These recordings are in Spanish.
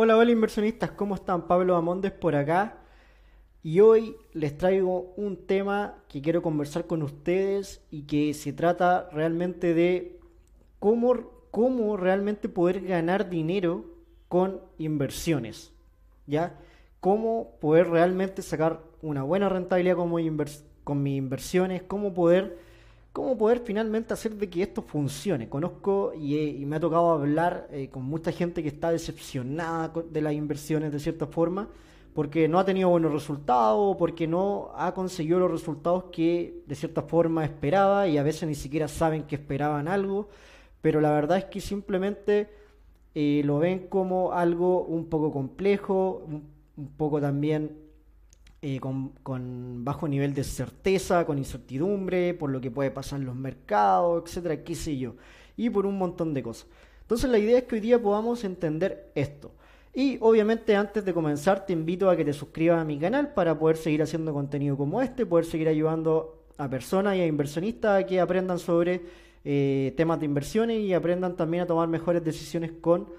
Hola, hola inversionistas, ¿cómo están? Pablo Amondes por acá y hoy les traigo un tema que quiero conversar con ustedes y que se trata realmente de cómo realmente poder ganar dinero con inversiones, ¿ya? Cómo poder realmente sacar una buena rentabilidad con mis inversiones, cómo poder finalmente hacer de que esto funcione. Conozco y me ha tocado hablar con mucha gente que está decepcionada de las inversiones de cierta forma, porque no ha tenido buenos resultados, porque no ha conseguido los resultados que de cierta forma esperaba y a veces ni siquiera saben que esperaban algo, pero la verdad es que simplemente lo ven como algo un poco complejo, un poco también con bajo nivel de certeza, con incertidumbre, por lo que puede pasar en los mercados, etcétera, qué sé yo, y por un montón de cosas. Entonces la idea es que hoy día podamos entender esto. Y obviamente antes de comenzar te invito a que te suscribas a mi canal para poder seguir haciendo contenido como este, poder seguir ayudando a personas y a inversionistas a que aprendan sobre temas de inversiones y aprendan también a tomar mejores decisiones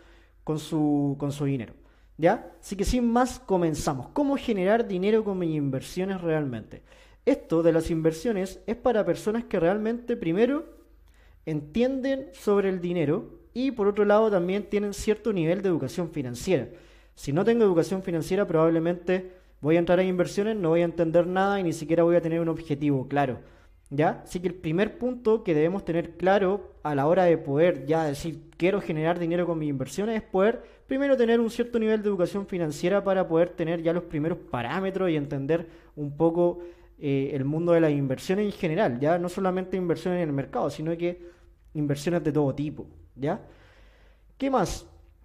con su dinero. ¿Ya? Así que sin más, comenzamos. ¿Cómo generar dinero con mis inversiones realmente? Esto de las inversiones es para personas que realmente, primero, entienden sobre el dinero y por otro lado también tienen cierto nivel de educación financiera. Si no tengo educación financiera, probablemente voy a entrar a inversiones, no voy a entender nada y ni siquiera voy a tener un objetivo claro. ¿Ya? Así que el primer punto que debemos tener claro a la hora de poder ya decir quiero generar dinero con mis inversiones es poder primero tener un cierto nivel de educación financiera para poder tener ya los primeros parámetros y entender un poco el mundo de las inversiones en general, ya no solamente inversiones en el mercado, sino que inversiones de todo tipo, ¿ya? ¿Qué más?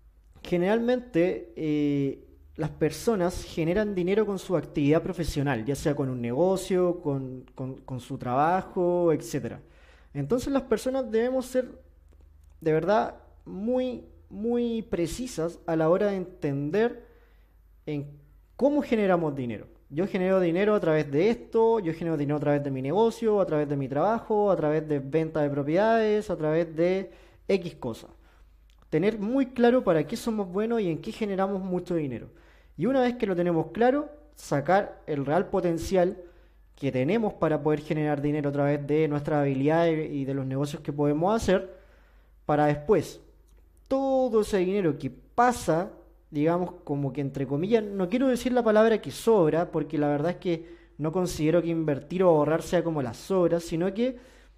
Generalmente las personas generan dinero con su actividad profesional, ya sea con un negocio, con su trabajo, etcétera. Entonces las personas debemos ser de verdad muy, muy precisas a la hora de entender en cómo generamos dinero. Yo genero dinero a través de esto, yo genero dinero a través de mi negocio, a través de mi trabajo, a través de venta de propiedades, a través de X cosas. Tener muy claro para qué somos buenos y en qué generamos mucho dinero. Y una vez que lo tenemos claro, sacar el real potencial que tenemos para poder generar dinero a través de nuestras habilidades y de los negocios que podemos hacer, para después todo ese dinero que pasa, digamos, como que entre comillas, no quiero decir la palabra que sobra, porque la verdad es que no considero que invertir o ahorrar sea como las sobras, sino que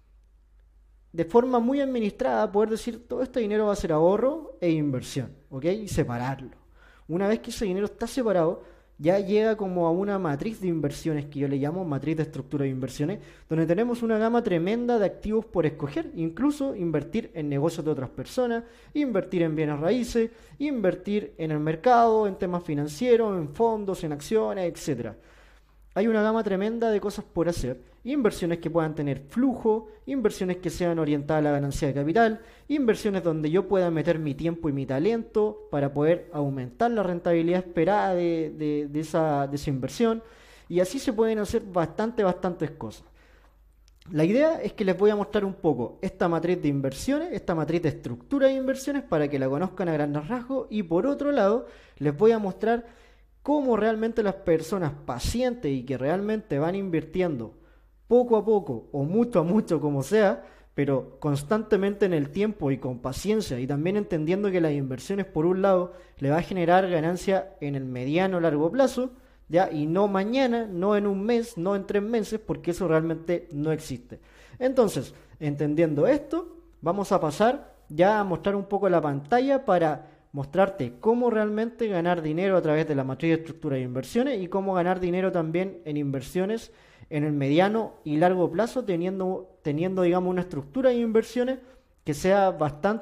de forma muy administrada poder decir todo este dinero va a ser ahorro e inversión, ¿ok? Y separarlo. Una vez que ese dinero está separado, ya llega como a una matriz de inversiones que yo le llamo matriz de estructura de inversiones, donde tenemos una gama tremenda de activos por escoger, incluso invertir en negocios de otras personas, invertir en bienes raíces, invertir en el mercado, en temas financieros, en fondos, en acciones, etcétera. Hay una gama tremenda de cosas por hacer. Inversiones que puedan tener flujo, inversiones que sean orientadas a la ganancia de capital, inversiones donde yo pueda meter mi tiempo y mi talento para poder aumentar la rentabilidad esperada de esa inversión. Y así se pueden hacer bastantes cosas. La idea es que les voy a mostrar un poco esta matriz de inversiones, esta matriz de estructura de inversiones para que la conozcan a grandes rasgos y por otro lado les voy a mostrar cómo realmente las personas pacientes y que realmente van invirtiendo poco a poco o mucho a mucho como sea, pero constantemente en el tiempo y con paciencia y también entendiendo que las inversiones por un lado le va a generar ganancia en el mediano o largo plazo, ya, y no mañana, no en un mes, no en 3 meses, porque eso realmente no existe. Entonces, entendiendo esto, vamos a pasar ya a mostrar un poco la pantalla para mostrarte cómo realmente ganar dinero a través de la matriz de estructura de inversiones y cómo ganar dinero también en inversiones en el mediano y largo plazo teniendo digamos una estructura de inversiones que sea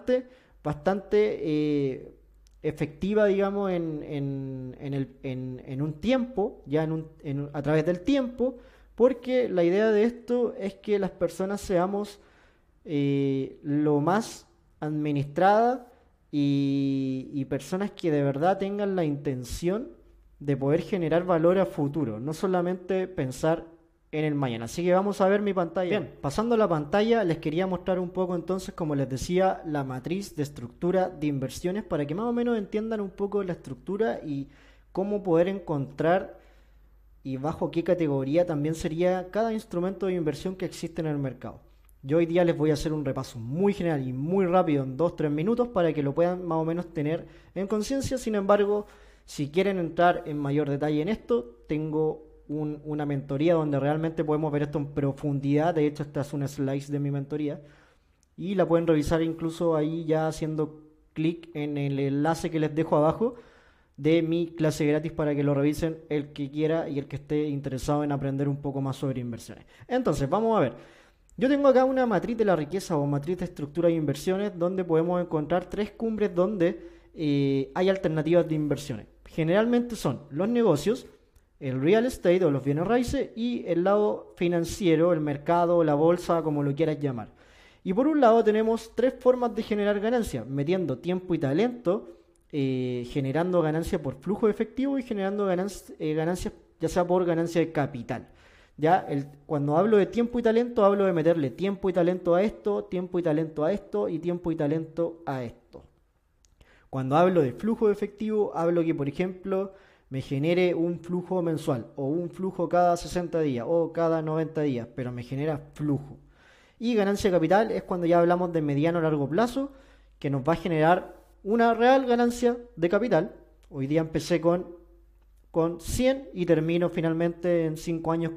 bastante efectiva digamos en un tiempo ya a través del tiempo, porque la idea de esto es que las personas seamos lo más administradas y personas que de verdad tengan la intención de poder generar valor a futuro, no solamente pensar en el mañana. Así que vamos a ver mi pantalla. Bien, pasando a la pantalla, les quería mostrar un poco entonces, como les decía, la matriz de estructura de inversiones para que más o menos entiendan un poco la estructura y cómo poder encontrar y bajo qué categoría también sería cada instrumento de inversión que existe en el mercado. Yo hoy día les voy a hacer un repaso muy general y muy rápido en 2-3 minutos para que lo puedan más o menos tener en conciencia. Sin embargo, si quieren entrar en mayor detalle en esto, tengo una mentoría donde realmente podemos ver esto en profundidad. De hecho, esta es una slice de mi mentoría y la pueden revisar incluso ahí ya haciendo clic en el enlace que les dejo abajo de mi clase gratis para que lo revisen el que quiera y el que esté interesado en aprender un poco más sobre inversiones. Entonces, vamos a ver. Yo tengo acá una matriz de la riqueza o matriz de estructura de inversiones donde podemos encontrar tres cumbres donde hay alternativas de inversiones. Generalmente son los negocios, el real estate o los bienes raíces y el lado financiero, el mercado, la bolsa, como lo quieras llamar. Y por un lado tenemos tres formas de generar ganancias, metiendo tiempo y talento, generando ganancias por flujo de efectivo y generando ganancias ya sea por ganancia de capital. Ya cuando hablo de tiempo y talento, hablo de meterle tiempo y talento a esto, tiempo y talento a esto y tiempo y talento a esto. Cuando hablo de flujo de efectivo, hablo que, por ejemplo, me genere un flujo mensual o un flujo cada 60 días o cada 90 días, pero me genera flujo. Y ganancia de capital es cuando ya hablamos de mediano a largo plazo, que nos va a generar una real ganancia de capital. Hoy día empecé con 100 y termino finalmente en 5 años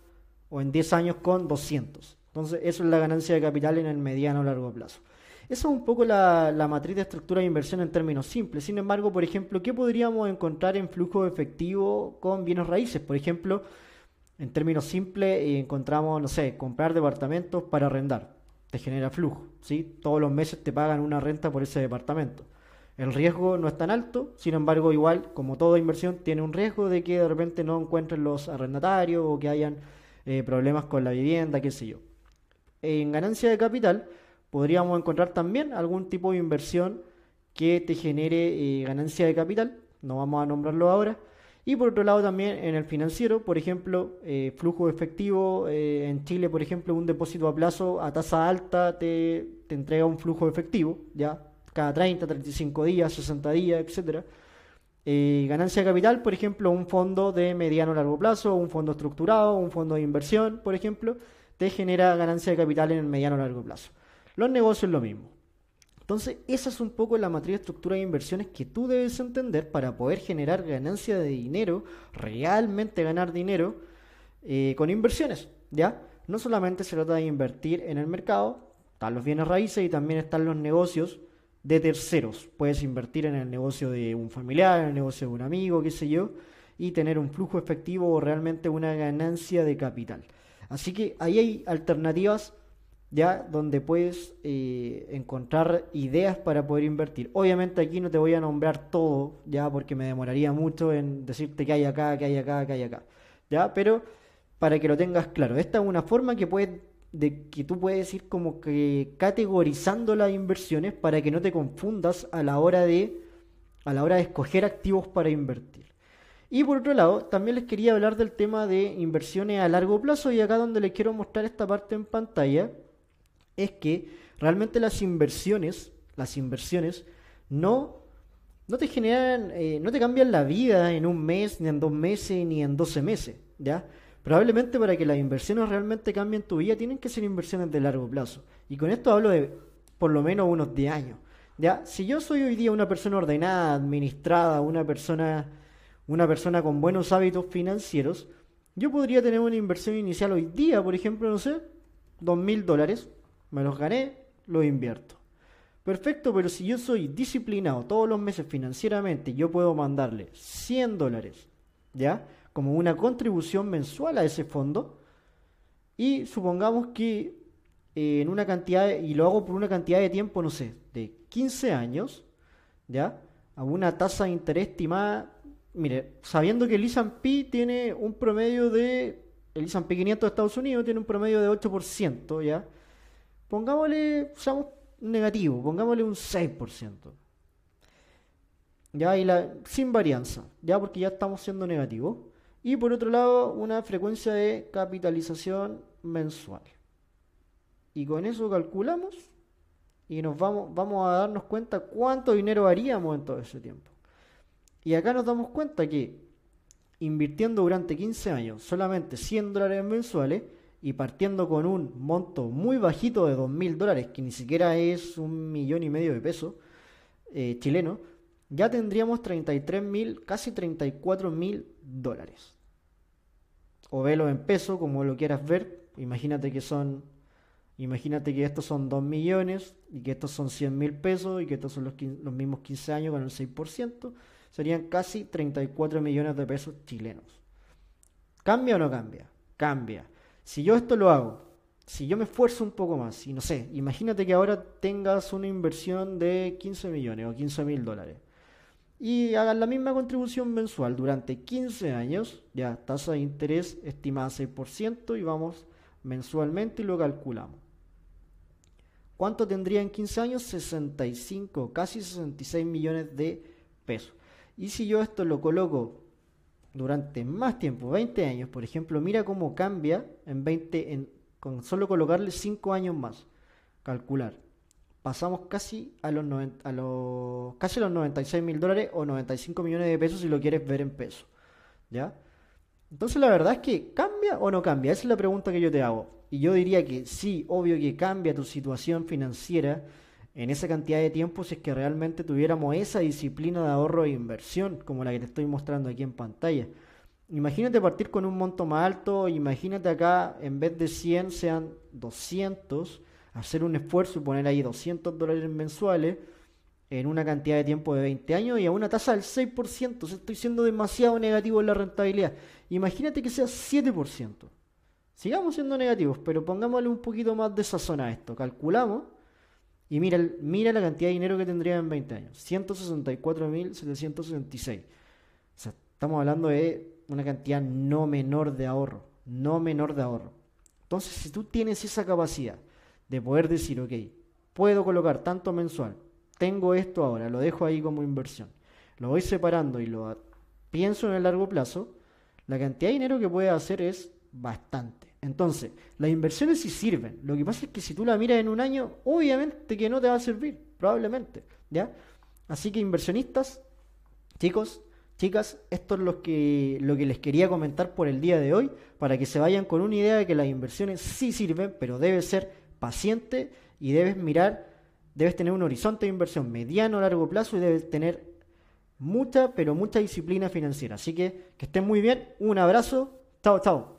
o en 10 años con 200. Entonces, eso es la ganancia de capital en el mediano a largo plazo. Esa es un poco la matriz de estructura de inversión en términos simples. Sin embargo, por ejemplo, ¿qué podríamos encontrar en flujo de efectivo con bienes raíces? Por ejemplo, en términos simples encontramos, no sé, comprar departamentos para arrendar. Te genera flujo, ¿sí? Todos los meses te pagan una renta por ese departamento. El riesgo no es tan alto, sin embargo, igual, como toda inversión, tiene un riesgo de que de repente no encuentren los arrendatarios o que hayan problemas con la vivienda, qué sé yo. En ganancia de capital podríamos encontrar también algún tipo de inversión que te genere ganancia de capital, no vamos a nombrarlo ahora. Y por otro lado también en el financiero, por ejemplo, flujo efectivo, en Chile, por ejemplo, un depósito a plazo a tasa alta te entrega un flujo de efectivo, ya cada 30, 35 días, 60 días, etcétera. Ganancia de capital, por ejemplo, un fondo de mediano a largo plazo, un fondo estructurado, un fondo de inversión, por ejemplo, te genera ganancia de capital en el mediano a largo plazo. Los negocios es lo mismo. Entonces, esa es un poco la matriz de estructura de inversiones que tú debes entender para poder generar ganancia de dinero, realmente ganar dinero con inversiones, ¿ya? No solamente se trata de invertir en el mercado, están los bienes raíces y también están los negocios de terceros. Puedes invertir en el negocio de un familiar, en el negocio de un amigo, qué sé yo, y tener un flujo efectivo o realmente una ganancia de capital. Así que ahí hay alternativas ya donde puedes encontrar ideas para poder invertir. Obviamente aquí no te voy a nombrar todo, ya porque me demoraría mucho en decirte qué hay acá, qué hay acá, qué hay acá, ya, pero para que lo tengas claro, esta es una forma que tú puedes ir como que categorizando las inversiones para que no te confundas a la hora de escoger activos para invertir. Y por otro lado, también les quería hablar del tema de inversiones a largo plazo y acá donde les quiero mostrar esta parte en pantalla es que realmente las inversiones no te generan, no te cambian la vida en un mes, ni en 2 meses, ni en 12 meses, ¿ya? Probablemente para que las inversiones realmente cambien tu vida tienen que ser inversiones de largo plazo. Y con esto hablo de por lo menos unos 10 años, ¿ya? Si yo soy hoy día una persona ordenada, administrada, una persona con buenos hábitos financieros, yo podría tener una inversión inicial hoy día, por ejemplo, no sé, $2.000, me los gané, los invierto. Perfecto, pero si yo soy disciplinado todos los meses financieramente, yo puedo mandarle $100, ¿ya? Como una contribución mensual a ese fondo. Y supongamos que en una cantidad, y lo hago por una cantidad de tiempo, no sé, de 15 años, ¿ya? A una tasa de interés estimada, mire, sabiendo que el S&P tiene un promedio el S&P 500 de Estados Unidos tiene un promedio de 8%, ¿ya? Pongámosle, usamos negativo, pongámosle un 6%. Ya, sin varianza, ya porque ya estamos siendo negativos. Y por otro lado, una frecuencia de capitalización mensual. Y con eso calculamos y vamos a darnos cuenta cuánto dinero haríamos en todo ese tiempo. Y acá nos damos cuenta que invirtiendo durante 15 años solamente $100 mensuales y partiendo con un monto muy bajito de $2.000, que ni siquiera es 1,5 millones de pesos chilenos, ya tendríamos 33.000, casi $34.000. O velo en peso, como lo quieras ver. Imagínate que estos son 2 millones y que estos son 100.000 pesos y que estos son los mismos 15 años con el 6%. Serían casi 34 millones de pesos chilenos. ¿Cambia o no cambia? Cambia. Si yo esto lo hago, si yo me esfuerzo un poco más, y no sé, imagínate que ahora tengas una inversión de 15 millones o $15.000 y hagas la misma contribución mensual durante 15 años, ya tasa de interés estimada 6% y vamos mensualmente y lo calculamos. ¿Cuánto tendría en 15 años? 65, casi 66 millones de pesos. Y si yo esto lo coloco durante más tiempo, 20 años, por ejemplo, mira cómo cambia con solo colocarle 5 años más. Calcular. Pasamos casi a los $96.000 o 95 millones de pesos si lo quieres ver en pesos. ¿Ya? Entonces la verdad es que ¿cambia o no cambia? Esa es la pregunta que yo te hago. Y yo diría que sí, obvio que cambia tu situación financiera en esa cantidad de tiempo si es que realmente tuviéramos esa disciplina de ahorro e inversión como la que te estoy mostrando aquí en pantalla. Imagínate partir con un monto más alto, imagínate acá en vez de 100 sean 200, hacer un esfuerzo y poner ahí $200 mensuales en una cantidad de tiempo de 20 años y a una tasa del 6%. O sea, estoy siendo demasiado negativo en la rentabilidad. Imagínate que sea 7%. Sigamos siendo negativos, pero pongámosle un poquito más de sazón a esto. Calculamos y mira la cantidad de dinero que tendría en 20 años. 164.766. O sea, estamos hablando de una cantidad no menor de ahorro. No menor de ahorro. Entonces, si tú tienes esa capacidad de poder decir, ok, puedo colocar tanto mensual, tengo esto ahora, lo dejo ahí como inversión, lo voy separando y lo pienso en el largo plazo, la cantidad de dinero que puedes hacer es bastante. Entonces, las inversiones sí sirven. Lo que pasa es que si tú la miras en un año, obviamente que no te va a servir, probablemente, ¿ya? Así que inversionistas, chicos, chicas, esto es lo que les quería comentar por el día de hoy, para que se vayan con una idea de que las inversiones sí sirven, pero debes ser paciente y debes tener un horizonte de inversión mediano a largo plazo y debes tener mucha, pero mucha disciplina financiera. Así que estén muy bien, un abrazo, chao, chao.